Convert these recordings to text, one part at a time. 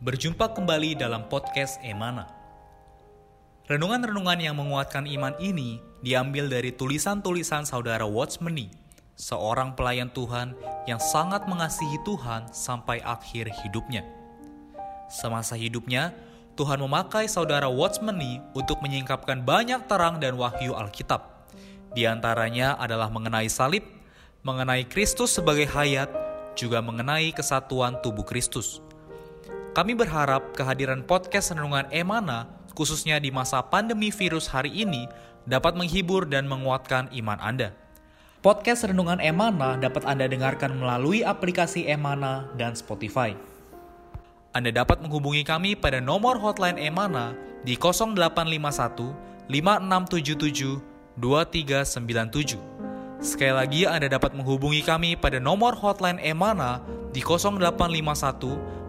Berjumpa kembali dalam podcast Emana. Renungan-renungan yang menguatkan iman ini diambil dari tulisan-tulisan saudara Watchmeni, seorang pelayan Tuhan yang sangat mengasihi Tuhan sampai akhir hidupnya. Semasa hidupnya, Tuhan memakai saudara Watchmeni untuk menyingkapkan banyak terang dan wahyu Alkitab. Di antaranya adalah mengenai salib, mengenai Kristus sebagai hayat, juga mengenai kesatuan tubuh Kristus. Kami berharap kehadiran podcast Renungan Emana, khususnya di masa pandemi virus hari ini, dapat menghibur dan menguatkan iman Anda. Podcast Renungan Emana dapat Anda dengarkan melalui aplikasi Emana dan Spotify. Anda dapat menghubungi kami pada nomor hotline Emana di 0851 5677 2397. Sekali lagi Anda dapat menghubungi kami pada nomor hotline Emana di 0851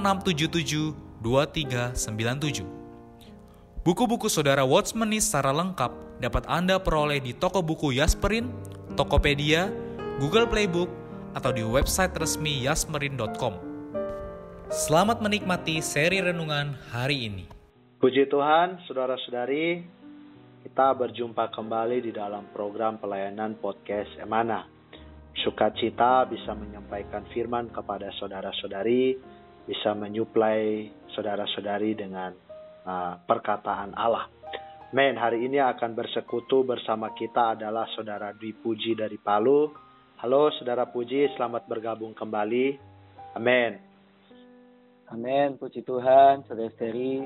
5677 2397. Buku-buku saudara Watchmeni secara lengkap dapat Anda peroleh di toko buku Yasmerin, Tokopedia, Google Playbook, atau di website resmi yasmerin.com. Selamat menikmati seri renungan hari ini. Puji Tuhan, saudara-saudari, kita berjumpa kembali di dalam program pelayanan podcast Emana. Sukacita bisa menyampaikan firman kepada saudara-saudari, bisa menyuplai saudara-saudari dengan perkataan Allah. Amin. Hari ini akan bersekutu bersama kita adalah saudara Dwi Puji dari Palu. Halo saudara Puji, selamat bergabung kembali. Amin. Amin. Puji Tuhan, saudara-saudari.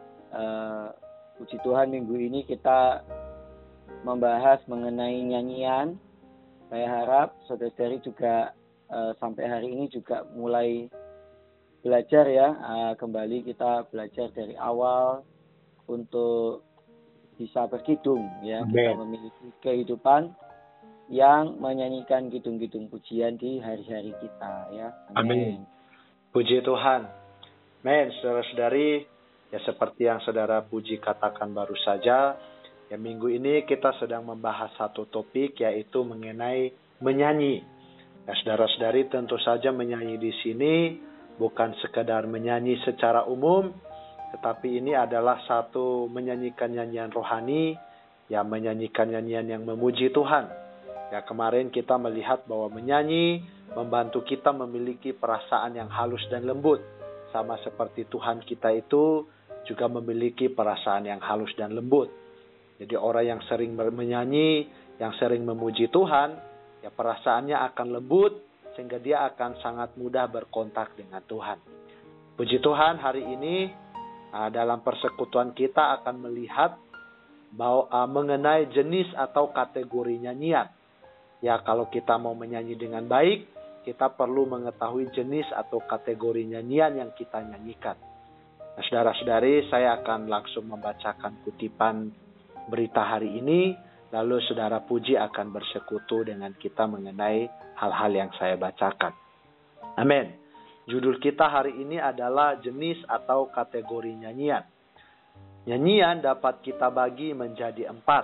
Puji Tuhan, minggu ini kita membahas mengenai nyanyian. Saya harap saudara-saudari juga sampai hari ini juga mulai belajar ya, kembali kita belajar dari awal untuk bisa berkidung ya. Amen. Kita memiliki kehidupan yang menyanyikan kidung-kidung pujian di hari-hari kita ya. Amin. Puji Tuhan. Amin. Saudara-saudari, ya seperti yang saudara Puji katakan baru saja, ya minggu ini kita sedang membahas satu topik yaitu mengenai menyanyi. Ya saudara-saudari, tentu saja menyanyi di sini bukan sekedar menyanyi secara umum, tetapi ini adalah satu menyanyikan nyanyian rohani, ya menyanyikan nyanyian yang memuji Tuhan. Ya kemarin kita melihat bahwa menyanyi membantu kita memiliki perasaan yang halus dan lembut. Sama seperti Tuhan kita itu juga memiliki perasaan yang halus dan lembut. Jadi orang yang sering menyanyi, yang sering memuji Tuhan, ya perasaannya akan lembut, sehingga dia akan sangat mudah berkontak dengan Tuhan. Puji Tuhan, hari ini dalam persekutuan kita akan melihat bahwa mengenai jenis atau kategori nyanyian. Ya, kalau kita mau menyanyi dengan baik, kita perlu mengetahui jenis atau kategori nyanyian yang kita nyanyikan. Nah, saudara-saudari, saya akan langsung membacakan kutipan berita hari ini, lalu saudara Puji akan bersekutu dengan kita mengenai hal-hal yang saya bacakan. Amin. Judul kita hari ini adalah jenis atau kategori nyanyian. Nyanyian dapat kita bagi menjadi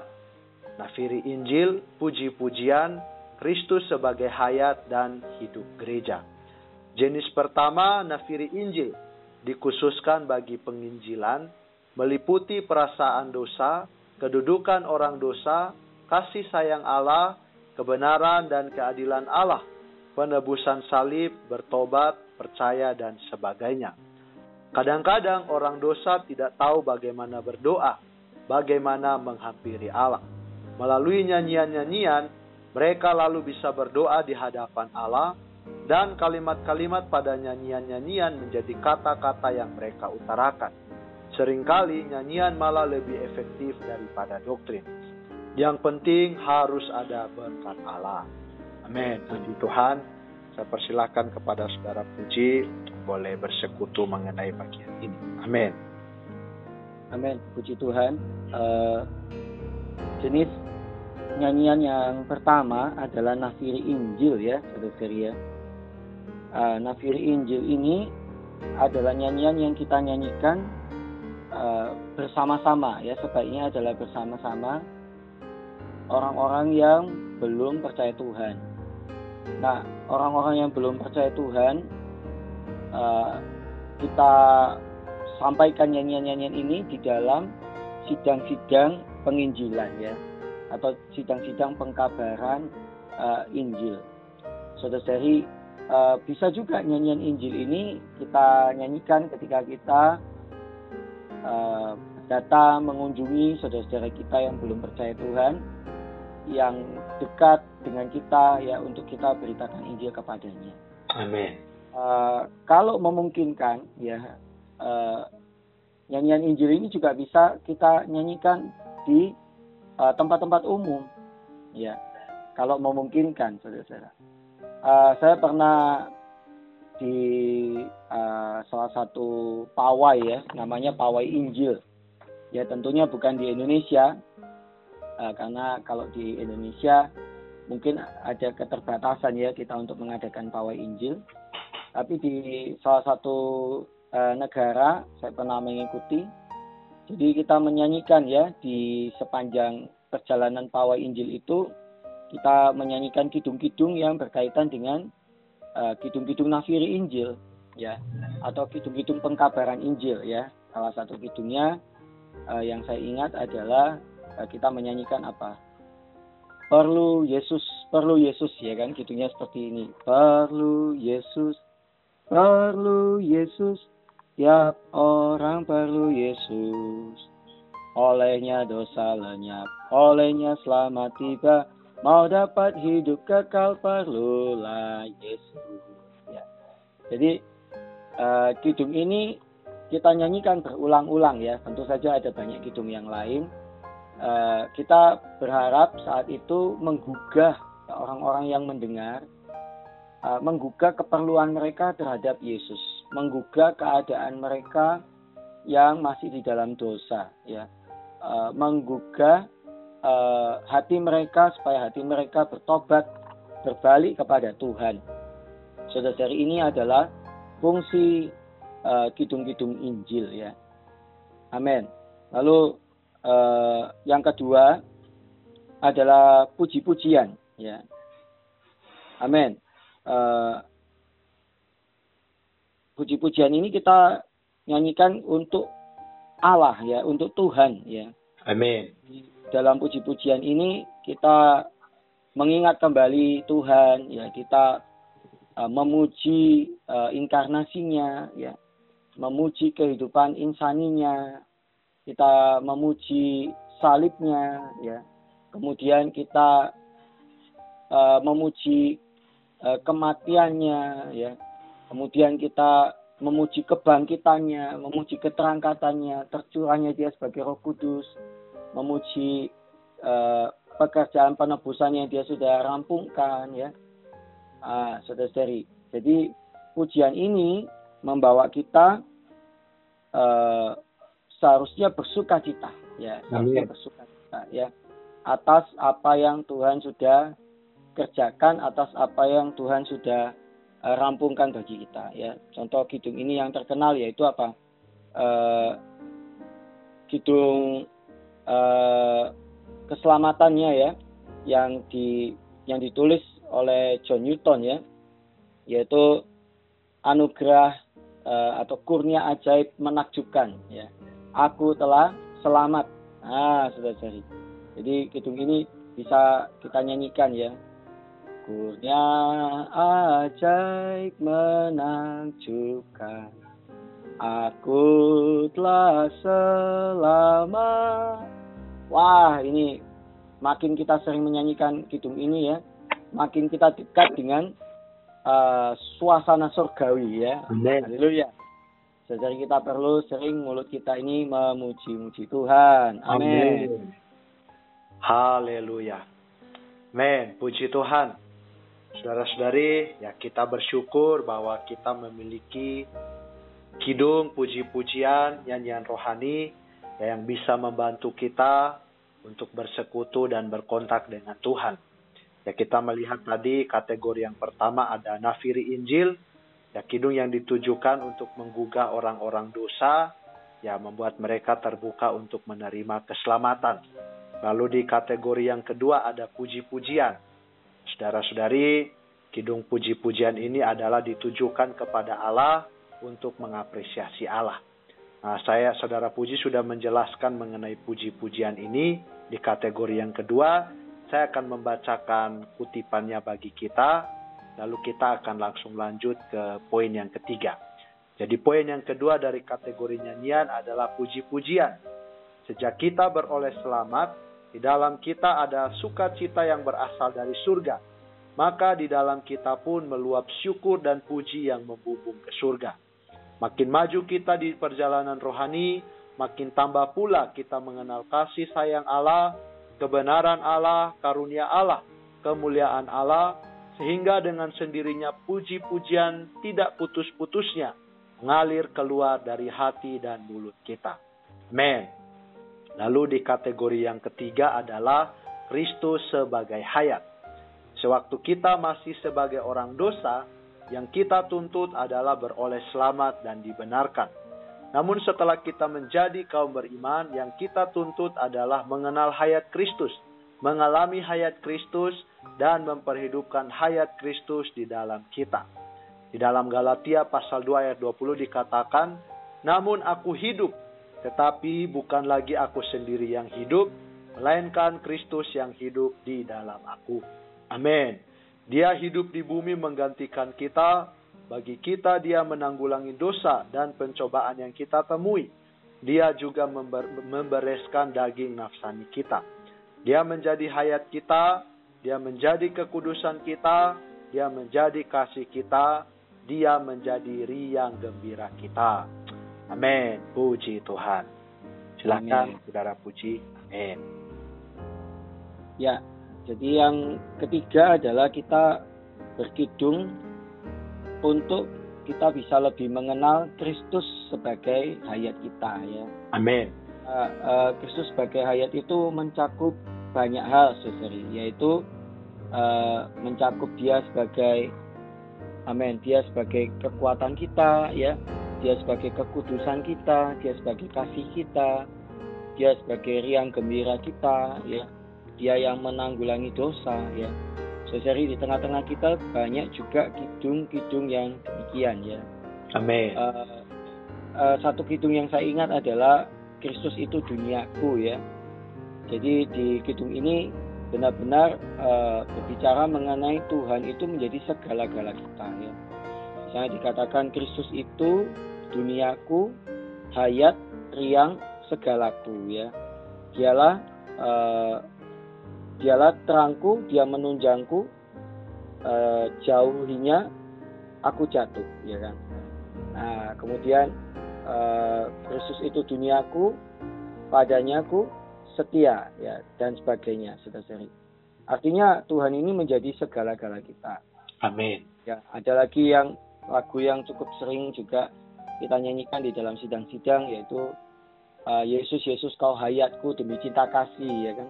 4. Nafiri Injil, puji-pujian, Kristus sebagai hayat dan hidup gereja. Jenis pertama, nafiri Injil, dikhususkan bagi penginjilan, meliputi perasaan dosa, kedudukan orang dosa, kasih sayang Allah, kebenaran dan keadilan Allah, penebusan salib, bertobat, percaya, dan sebagainya. Kadang-kadang orang dosa tidak tahu bagaimana berdoa, bagaimana menghampiri Allah. Melalui nyanyian-nyanyian, mereka lalu bisa berdoa di hadapan Allah, dan kalimat-kalimat pada nyanyian-nyanyian menjadi kata-kata yang mereka utarakan. Seringkali nyanyian malah lebih efektif daripada doktrin. Yang penting harus ada berkat Allah. Amin. Puji Tuhan. Saya persilakan kepada saudara Puji untuk boleh bersekutu mengenai bagian ini. Amin. Amin. Puji Tuhan. Jenis nyanyian yang pertama adalah nafiri Injil ya, saudara-saudari ya. Nafiri Injil ini adalah nyanyian yang kita nyanyikan bersama-sama ya, sebaiknya adalah bersama-sama orang-orang yang belum percaya Tuhan. Nah, orang-orang yang belum percaya Tuhan kita sampaikan nyanyian-nyanyian ini di dalam sidang-sidang penginjilan ya, atau sidang-sidang pengkabaran Injil. Saudara-saudari, bisa juga nyanyian Injil ini kita nyanyikan ketika kita datang mengunjungi saudara-saudara kita yang belum percaya Tuhan, yang dekat dengan kita ya, untuk kita beritakan Injil kepadanya. Amin. Kalau memungkinkan ya, nyanyian Injil ini juga bisa kita nyanyikan di tempat-tempat umum ya, kalau memungkinkan saudara-saudara. Saya pernah di salah satu pawai ya, namanya Pawai Injil ya, tentunya bukan di Indonesia, karena kalau di Indonesia mungkin ada keterbatasan ya kita untuk mengadakan Pawai Injil. Tapi di salah satu negara saya pernah mengikuti. Jadi kita menyanyikan ya, di sepanjang perjalanan Pawai Injil itu kita menyanyikan kidung-kidung yang berkaitan dengan kidung-kidung nafiri Injil ya, atau kidung-kidung pengkabaran Injil ya. Salah satu kidungnya yang saya ingat adalah kita menyanyikan apa? Perlu Yesus ya kan, kidungnya seperti ini. Perlu Yesus, tiap orang perlu Yesus. Olehnya dosa lenyap, olehnya selamat tiba, mau dapat hidup kekal perlulah Yesus. Ya. Jadi kidung ini kita nyanyikan berulang-ulang ya. Tentu saja ada banyak kidung yang lain. Kita berharap saat itu menggugah orang-orang yang mendengar, menggugah keperluan mereka terhadap Yesus, menggugah keadaan mereka yang masih di dalam dosa ya, menggugah hati mereka supaya hati mereka bertobat, berbalik kepada Tuhan. Saudara-saudari, ini adalah fungsi kidung-kidung Injil ya. Amin. Lalu yang kedua adalah puji-pujian ya. Amin. Puji-pujian ini kita nyanyikan untuk Allah ya, untuk Tuhan ya. Amin. Dalam puji-pujian ini kita mengingat kembali Tuhan ya, kita memuji inkarnasinya ya, memuji kehidupan insaninya, kita memuji salibnya ya, kemudian kita memuji kematiannya ya, kemudian kita memuji kebangkitannya, memuji keterangkatannya, tercurahnya dia sebagai Roh Kudus, memuji pekerjaan penebusan yang dia sudah rampungkan ya. Saudara-saudari, jadi pujian ini membawa kita seharusnya bersukacita ya, seharusnya bersukacita ya, atas apa yang Tuhan sudah kerjakan, atas apa yang Tuhan sudah rampungkan bagi kita ya. Contoh kidung ini yang terkenal yaitu apa? Kidung keselamatannya ya, yang ditulis oleh John Newton ya, yaitu anugerah atau kurnia ajaib menakjubkan ya. Aku telah selamat. Saudara-saudari. Jadi kidung ini bisa kita nyanyikan ya. Kurnia ajaib menakjubkan, aku telah selamat. Wah, ini makin kita sering menyanyikan kidung ini ya, makin kita dekat dengan suasana surgawi ya. Haleluya. Jadi kita perlu sering mulut kita ini memuji-muji Tuhan. Amin. Haleluya. Amin. Puji Tuhan. Saudara-saudari, ya kita bersyukur bahwa kita memiliki kidung, puji-pujian, nyanyian rohani yang bisa membantu kita untuk bersekutu dan berkontak dengan Tuhan. Ya, kita melihat tadi kategori yang pertama ada nafiri Injil, ya kidung yang ditujukan untuk menggugah orang-orang dosa, ya membuat mereka terbuka untuk menerima keselamatan. Lalu di kategori yang kedua ada puji-pujian. Saudara-saudari, kidung puji-pujian ini adalah ditujukan kepada Allah untuk mengapresiasi Allah. Nah, Saudara Puji sudah menjelaskan mengenai puji-pujian ini di kategori yang kedua. Saya akan membacakan kutipannya bagi kita, lalu kita akan langsung lanjut ke poin yang ketiga. Jadi poin yang kedua dari kategori nyanyian adalah puji-pujian. Sejak kita beroleh selamat, di dalam kita ada sukacita yang berasal dari surga. Maka di dalam kita pun meluap syukur dan puji yang membumbung ke surga. Makin maju kita di perjalanan rohani, makin tambah pula kita mengenal kasih sayang Allah, kebenaran Allah, karunia Allah, kemuliaan Allah, sehingga dengan sendirinya puji-pujian tidak putus-putusnya mengalir keluar dari hati dan mulut kita. Amin. Lalu di kategori yang ketiga adalah Kristus sebagai hayat. Sewaktu kita masih sebagai orang dosa, yang kita tuntut adalah beroleh selamat dan dibenarkan. Namun setelah kita menjadi kaum beriman, yang kita tuntut adalah mengenal hayat Kristus, mengalami hayat Kristus, dan memperhidupkan hayat Kristus di dalam kita. Di dalam Galatia pasal 2 ayat 20 dikatakan, namun aku hidup, tetapi bukan lagi aku sendiri yang hidup, melainkan Kristus yang hidup di dalam aku. Amin. Dia hidup di bumi menggantikan kita. Bagi kita dia menanggulangi dosa dan pencobaan yang kita temui. Dia juga membereskan daging nafsani kita. Dia menjadi hayat kita, dia menjadi kekudusan kita, dia menjadi kasih kita, dia menjadi riang gembira kita. Amin. Puji Tuhan. Silakan Saudara Puji. Amin. Ya, jadi yang ketiga adalah kita berkidung untuk kita bisa lebih mengenal Kristus sebagai hayat kita, ya. Amin. Kristus sebagai hayat itu mencakup banyak hal, saudari, yaitu mencakup dia sebagai, amin, dia sebagai kekuatan kita, ya, dia sebagai kekudusan kita, dia sebagai kasih kita, dia sebagai riang gembira kita, ya, dia yang menanggulangi dosa, ya. Saudari, di tengah-tengah kita banyak juga kidung-kidung yang demikian, ya. Amin. Satu kidung yang saya ingat adalah Kristus itu duniaku, ya. Jadi di kidung ini benar-benar berbicara mengenai Tuhan itu menjadi segala-gala kita, ya. Misalnya dikatakan Kristus itu duniaku, hayat, riang, segalaku, ya. Dialah terangku, dia menunjangku, jauhinya aku jatuh, ya kan. Nah, kemudian Kristus itu duniaku, padanya aku setia, ya, dan sebagainya, saudara-saudari. Artinya Tuhan ini menjadi segala-gala kita. Amin. Ya, ada lagi lagu yang cukup sering juga kita nyanyikan di dalam sidang-sidang, yaitu Yesus, Yesus kau hayatku demi cinta kasih, ya kan.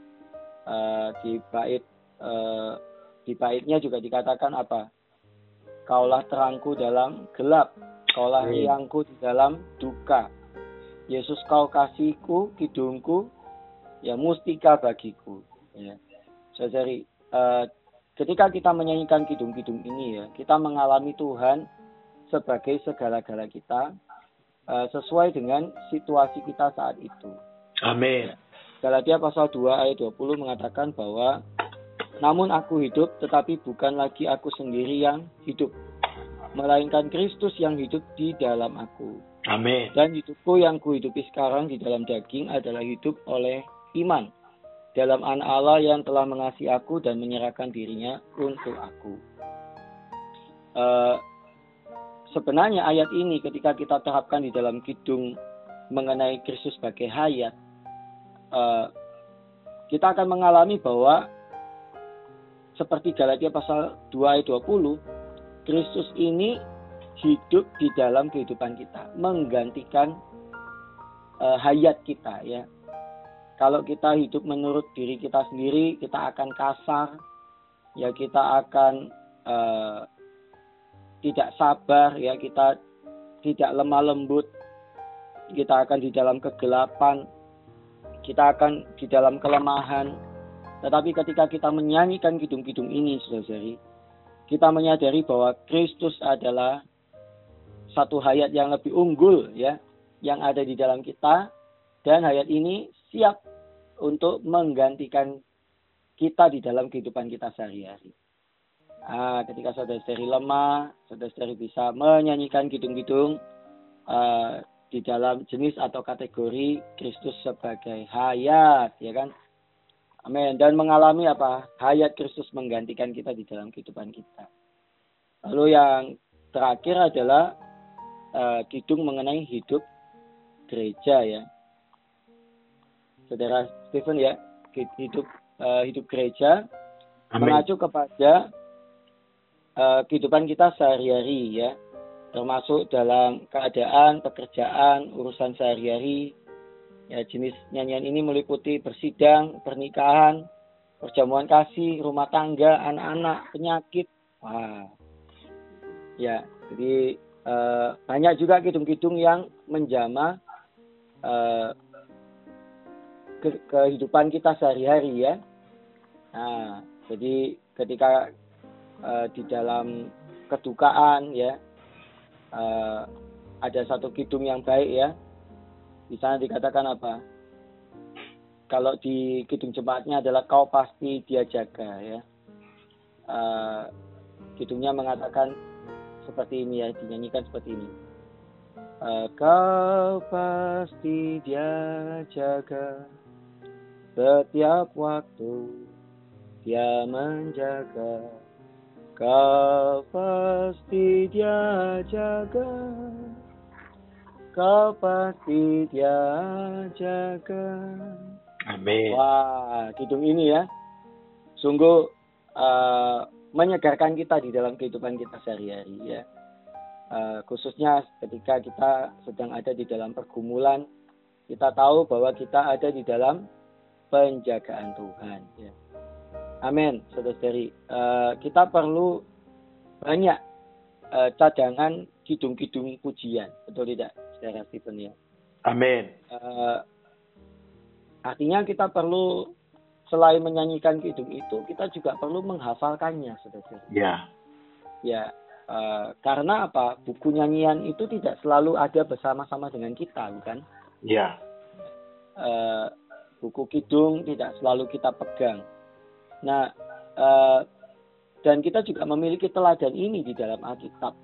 Di baitnya juga dikatakan apa? Kaulah terangku dalam gelap, kaulah riangku di dalam duka. Yesus kau kasihku, kidungku, ya, mustika bagiku. Ya. Saudari, ketika kita menyanyikan kidung-kidung ini, ya, kita mengalami Tuhan sebagai segala-gala kita, sesuai dengan situasi kita saat itu. Amin. Galatia pasal 2 ayat 20 mengatakan bahwa namun aku hidup, tetapi bukan lagi aku sendiri yang hidup, melainkan Kristus yang hidup di dalam aku. Amin. Dan hidupku yang kuhidupi sekarang di dalam daging adalah hidup oleh iman dalam Anak Allah yang telah mengasihi aku dan menyerahkan dirinya untuk aku. Sebenarnya ayat ini ketika kita terapkan di dalam kidung mengenai Kristus sebagai hayat, kita akan mengalami bahwa seperti Galatia pasal 2 ayat 20, Kristus ini hidup di dalam kehidupan kita, menggantikan hayat kita, ya. Kalau kita hidup menurut diri kita sendiri, kita akan kasar, ya, kita akan tidak sabar, ya, kita tidak lemah lembut, kita akan di dalam kegelapan, kita akan di dalam kelemahan. Tetapi ketika kita menyanyikan kidung-kidung ini, saudara-saudari, kita menyadari bahwa Kristus adalah satu hayat yang lebih unggul ya yang ada di dalam kita, dan hayat ini siap untuk menggantikan kita di dalam kehidupan kita sehari-hari. Ketika saudara-saudari lemah, saudara-saudari bisa menyanyikan kidung-kidung di dalam jenis atau kategori Kristus sebagai hayat, ya kan? Amin. Dan mengalami apa? Hayat Kristus menggantikan kita di dalam kehidupan kita. Lalu yang terakhir adalah kidung mengenai hidup gereja ya. Saudara Stephen ya, hidup gereja. Amin. Mengacu kepada kehidupan kita sehari-hari ya, termasuk dalam keadaan, pekerjaan, urusan sehari-hari. Ya, jenis nyanyian ini meliputi bersidang, pernikahan, perjamuan kasih, rumah tangga, anak-anak, penyakit. Ya, jadi banyak juga kidung-kidung yang menjama kehidupan kita sehari-hari ya. Jadi ketika di dalam kedukaan ya, ada satu kidung yang baik ya. Di sana dikatakan apa? Kalau di kidung jemaatnya adalah kau pasti dia jaga ya. Kidungnya mengatakan seperti ini ya, dinyanyikan seperti ini. Kau pasti dia jaga, setiap waktu dia menjaga. Kau pasti dia jaga, kau pasti dia jaga. Amin. Wah, kidung ini ya, sungguh menyegarkan kita di dalam kehidupan kita sehari-hari ya. Khususnya ketika kita sedang ada di dalam pergumulan, kita tahu bahwa kita ada di dalam penjagaan Tuhan ya. Amin, saudara-saudari. Kita perlu banyak cadangan kidung-kidung pujian, betul tidak, saudara Stephen ya? Amin. Artinya kita perlu selain menyanyikan kidung itu, kita juga perlu menghafalkannya, saudara-saudari. Ya. Ya, karena apa? Buku nyanyian itu tidak selalu ada bersama-sama dengan kita, bukan? Ya. Buku kidung tidak selalu kita pegang. Nah, dan kita juga memiliki teladan ini di dalam Alkitab.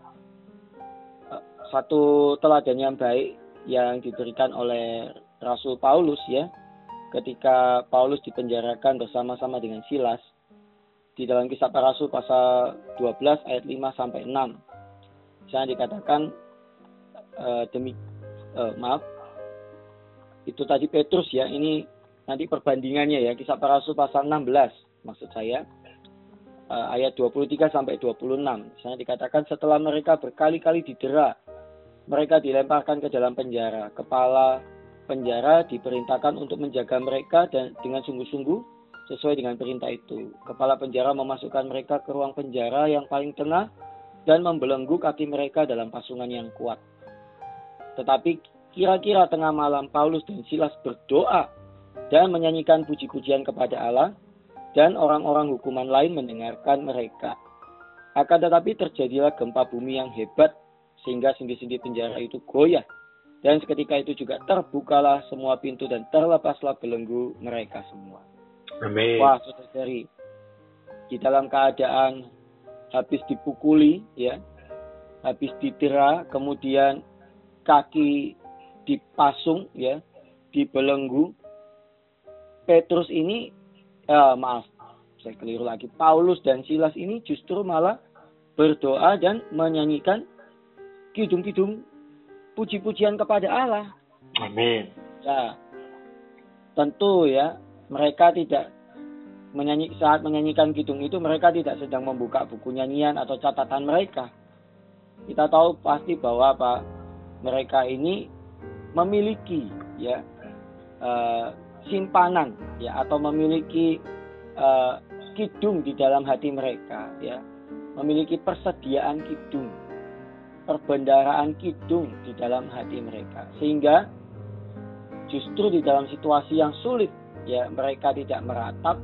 Satu teladan yang baik yang diberikan oleh Rasul Paulus ya, ketika Paulus dipenjarakan bersama-sama dengan Silas di dalam Kisah Para Rasul pasal 12 ayat 5 sampai 6. Saya dikatakan itu tadi Petrus ya, ini nanti perbandingannya ya, Kisah Para Rasul pasal 16 maksud saya, ayat 23 sampai 26. Saya dikatakan setelah mereka berkali-kali didera, mereka dilemparkan ke dalam penjara. Kepala penjara diperintahkan untuk menjaga mereka dan dengan sungguh-sungguh sesuai dengan perintah itu. Kepala penjara memasukkan mereka ke ruang penjara yang paling tengah dan membelenggu kaki mereka dalam pasungan yang kuat. Tetapi kira-kira tengah malam Paulus dan Silas berdoa dan menyanyikan puji-pujian kepada Allah, dan orang-orang hukuman lain mendengarkan mereka. Akan tetapi terjadilah gempa bumi yang hebat sehingga sendi-sendi penjara itu goyah. Dan seketika itu juga terbukalah semua pintu dan terlepaslah belenggu mereka semua. Amin. Wah, saudari, di dalam keadaan habis dipukuli, ya, habis didera, kemudian kaki dipasung, ya, dibelenggu. Petrus ini, saya keliru lagi. Paulus dan Silas ini justru malah berdoa dan menyanyikan kidung-kidung puji-pujian kepada Allah. Amin. Ya, tentu ya, mereka tidak saat menyanyikan kidung itu, mereka tidak sedang membuka buku nyanyian atau catatan mereka. Kita tahu pasti bahwa mereka ini memiliki ya simpanan ya, atau memiliki kidung di dalam hati mereka ya, memiliki persediaan kidung, perbendaharaan kidung di dalam hati mereka, sehingga justru di dalam situasi yang sulit ya, mereka tidak meratap,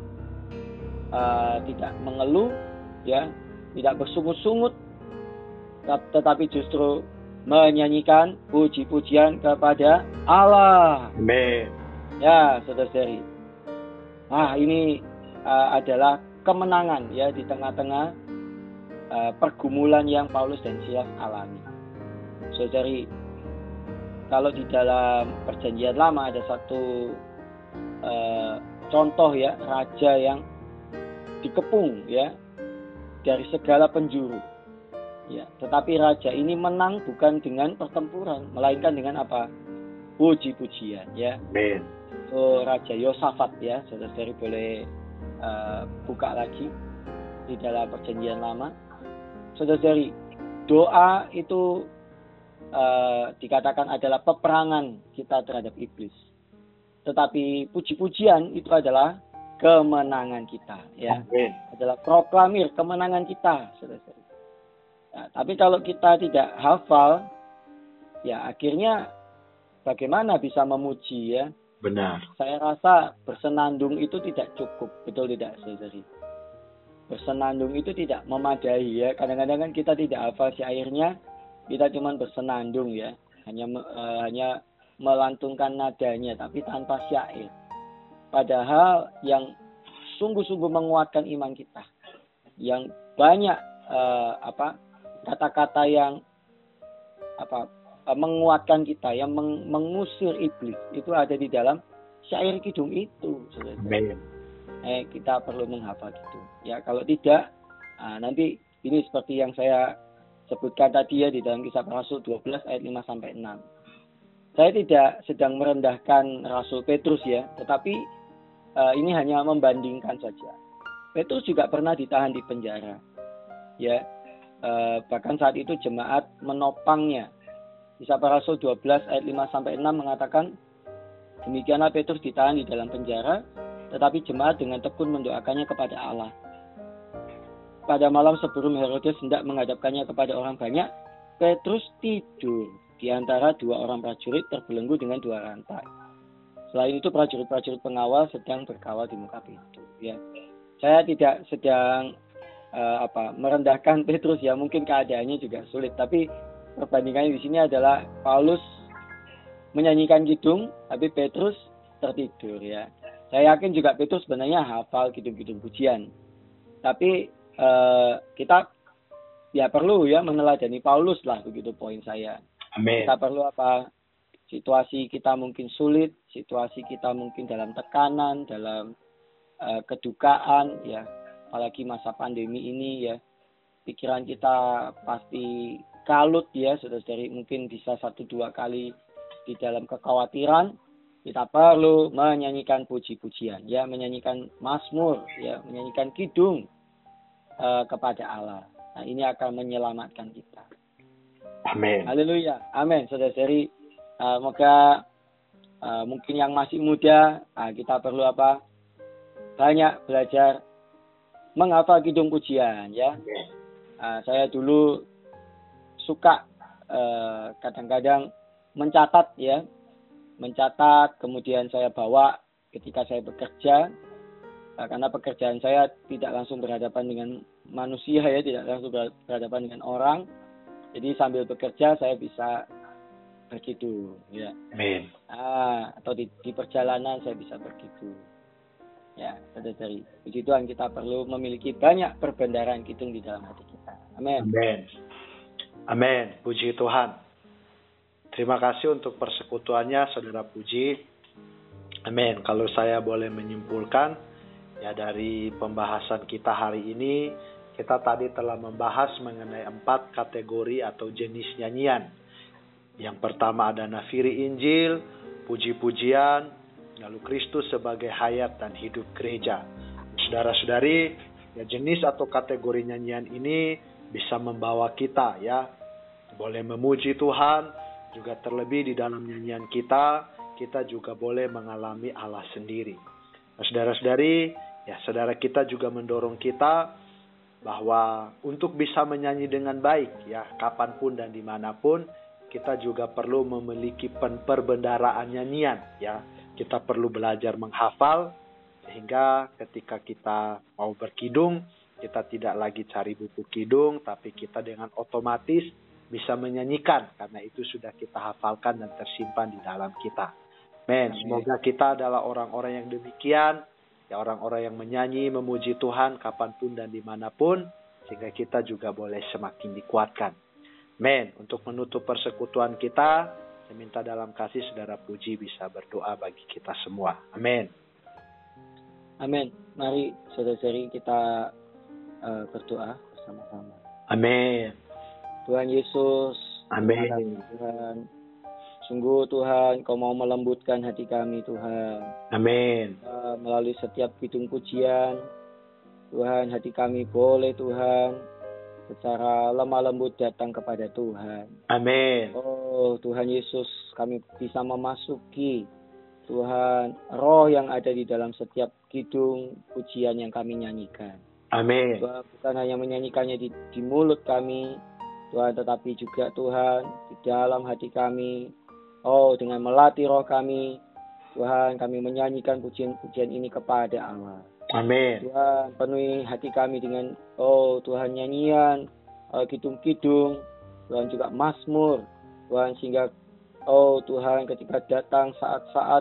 tidak mengeluh ya, tidak bersungut-sungut, tetapi justru menyanyikan puji-pujian kepada Allah. Amin. Ya, saudara-saudari. Nah, ini adalah kemenangan ya di tengah-tengah pergumulan yang Paulus dan Silas alami. Saudari, kalau di dalam Perjanjian Lama ada satu contoh ya, raja yang dikepung ya dari segala penjuru. Ya, tetapi raja ini menang bukan dengan pertempuran, melainkan dengan apa? Puji-pujian ya. Amin. So, Raja Yosafat ya, saudara-saudari boleh buka lagi di dalam Perjanjian Lama. Saudara-saudari, doa itu dikatakan adalah peperangan kita terhadap iblis. Tetapi puji-pujian itu adalah kemenangan kita ya. Amin. Adalah proklamir kemenangan kita, saudara-saudari. Nah, tapi kalau kita tidak hafal, ya akhirnya bagaimana bisa memuji ya? Benar. Saya rasa bersenandung itu tidak cukup, betul tidak, saudari? Bersenandung itu tidak memadai ya. Kadang-kadang kan kita tidak hafal syairnya, kita cuma bersenandung ya, hanya melantungkan nadanya, tapi tanpa syair. Padahal yang sungguh-sungguh menguatkan iman kita, yang banyak kata-kata yang menguatkan kita, yang mengusir iblis, itu ada di dalam syair kidung itu. Amin. Kita perlu menghafal gitu. Ya, kalau tidak, nanti ini seperti yang saya sebutkan tadi ya di dalam Kisah Para Rasul 12 ayat 5 sampai 6. Saya tidak sedang merendahkan Rasul Petrus ya, tetapi ini hanya membandingkan saja. Petrus juga pernah ditahan di penjara. Ya. Bahkan saat itu jemaat menopangnya. Kisah Para Rasul 12 ayat 5 sampai 6 mengatakan, demikianlah Petrus ditahan di dalam penjara, tetapi jemaat dengan tekun mendoakannya kepada Allah. Pada malam sebelum Herodes hendak menghadapkannya kepada orang banyak, Petrus tidur di antara dua orang prajurit terbelenggu dengan dua rantai. Selain itu prajurit-prajurit pengawal sedang berkawal di muka pintu. Ya, saya tidak sedang merendahkan Petrus ya, mungkin keadaannya juga sulit, tapi perbandingannya di sini adalah Paulus menyanyikan kidung, tapi Petrus tertidur ya. Saya yakin juga Petrus sebenarnya hafal kidung-kidung pujian, tapi kita ya perlu ya meneladani Paulus lah, begitu poin saya. Amin. Kita perlu situasi kita mungkin sulit, situasi kita mungkin dalam tekanan, dalam kedukaan ya. Apalagi masa pandemi ini ya, pikiran kita pasti kalut ya, saudara-saudari, mungkin bisa 1-2 kali di dalam kekhawatiran. Kita perlu menyanyikan puji-pujian ya, menyanyikan mazmur ya, menyanyikan kidung kepada Allah. Nah, ini akan menyelamatkan kita. Amin. Haleluya. Amin, saudara-saudari. Semoga mungkin yang masih muda, kita perlu banyak belajar menghafal kidung pujian ya. Saya dulu suka kadang-kadang mencatat ya, kemudian saya bawa ketika saya bekerja, karena pekerjaan saya tidak langsung berhadapan dengan manusia ya, tidak langsung berhadapan dengan orang. Jadi sambil bekerja saya bisa berkidung ya. Amin. Atau di perjalanan saya bisa berkidung. Ya, saudara-saudari. Puji Tuhan, kita perlu memiliki banyak perbendaharaan kidung di dalam hati kita. Amin. Amin. Amin. Puji Tuhan. Terima kasih untuk persekutuannya, Saudara Puji. Amin. Kalau saya boleh menyimpulkan, ya dari pembahasan kita hari ini, kita tadi telah membahas mengenai 4 kategori atau jenis nyanyian. Yang pertama ada nafiri Injil, puji-pujian, lalu Kristus sebagai hayat dan hidup gereja. Saudara-saudari, ya jenis atau kategori nyanyian ini bisa membawa kita ya, boleh memuji Tuhan, juga terlebih di dalam nyanyian kita juga boleh mengalami Allah sendiri. Nah, saudara-saudari, ya saudara kita juga mendorong kita bahwa untuk bisa menyanyi dengan baik ya, kapanpun dan dimanapun, kita juga perlu memiliki perbendaharaan nyanyian ya. Kita perlu belajar menghafal, sehingga ketika kita mau berkidung, kita tidak lagi cari buku kidung, tapi kita dengan otomatis bisa menyanyikan, karena itu sudah kita hafalkan dan tersimpan di dalam kita. Amin. Semoga kita adalah orang-orang yang demikian, ya orang-orang yang menyanyi, memuji Tuhan kapanpun dan dimanapun, sehingga kita juga boleh semakin dikuatkan. Amin. Untuk menutup persekutuan kita, saya minta dalam kasih Saudara Puji bisa berdoa bagi kita semua. Amin. Amin. Mari saudara-saudari kita berdoa bersama-sama. Amin. Tuhan Yesus, Amin. Tuhan, sungguh Tuhan, Kau mau melembutkan hati kami Tuhan. Amin. Melalui setiap kidung pujian, Tuhan, hati kami boleh Tuhan secara lemah lembut datang kepada Tuhan. Amin. Oh Tuhan Yesus, kami bisa memasuki Tuhan roh yang ada di dalam setiap kidung pujian yang kami nyanyikan. Amin. Tuhan, bukan hanya menyanyikannya di mulut kami Tuhan, tetapi juga Tuhan di dalam hati kami. Oh, dengan melatih roh kami Tuhan, kami menyanyikan pujian-pujian ini kepada Allah. Amin. Tuhan, penuhi hati kami dengan Tuhan nyanyian, kidung-kidung, Tuhan juga mazmur, Tuhan, sehingga Tuhan ketika datang saat-saat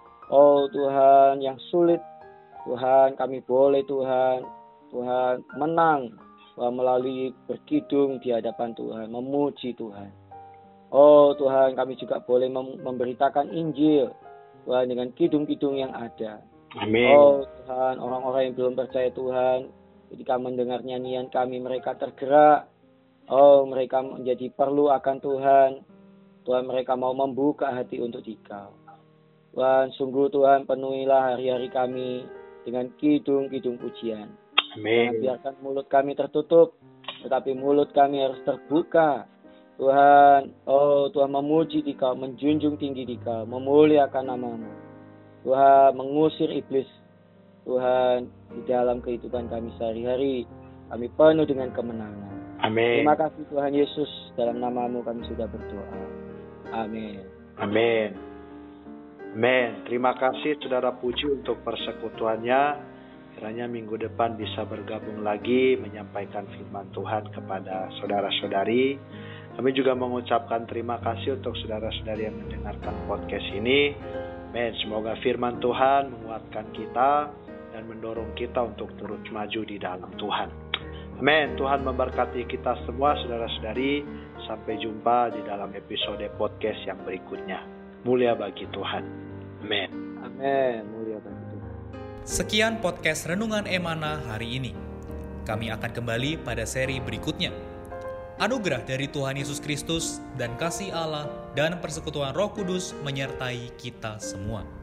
Tuhan yang sulit, Tuhan kami boleh Tuhan menang melalui berkidung di hadapan Tuhan, memuji Tuhan. Oh Tuhan, kami juga boleh memberitakan Injil Tuhan dengan kidung-kidung yang ada. Amin. Oh Tuhan, orang-orang yang belum percaya Tuhan, ketika mendengar nyanyian kami, mereka tergerak. Oh, mereka menjadi perlu akan Tuhan. Tuhan, mereka mau membuka hati untuk Dikau. Tuhan, sungguh Tuhan, penuhilah hari-hari kami dengan kidung-kidung pujian. Amin. Jangan biarkan mulut kami tertutup, tetapi mulut kami harus terbuka. Tuhan, oh Tuhan, memuji Dikau, menjunjung tinggi Dikau, memuliakan nama-Mu. Tuhan, mengusir iblis. Tuhan, di dalam kehidupan kami sehari-hari, kami penuh dengan kemenangan. Amin. Terima kasih Tuhan Yesus, dalam nama-Mu kami sudah berdoa. Amin. Amin. Amin. Terima kasih Saudara Puji untuk persekutuannya. Kiranya minggu depan bisa bergabung lagi menyampaikan firman Tuhan kepada saudara-saudari. Kami juga mengucapkan terima kasih untuk saudara-saudari yang mendengarkan podcast ini. Amin. Semoga firman Tuhan menguatkan kita dan mendorong kita untuk terus maju di dalam Tuhan. Amin. Tuhan memberkati kita semua saudara-saudari. Sampai jumpa di dalam episode podcast yang berikutnya. Mulia bagi Tuhan. Amin. Amin. Mulia bagi Tuhan. Sekian podcast Renungan Emana hari ini. Kami akan kembali pada seri berikutnya. Anugerah dari Tuhan Yesus Kristus dan kasih Allah dan persekutuan Roh Kudus menyertai kita semua.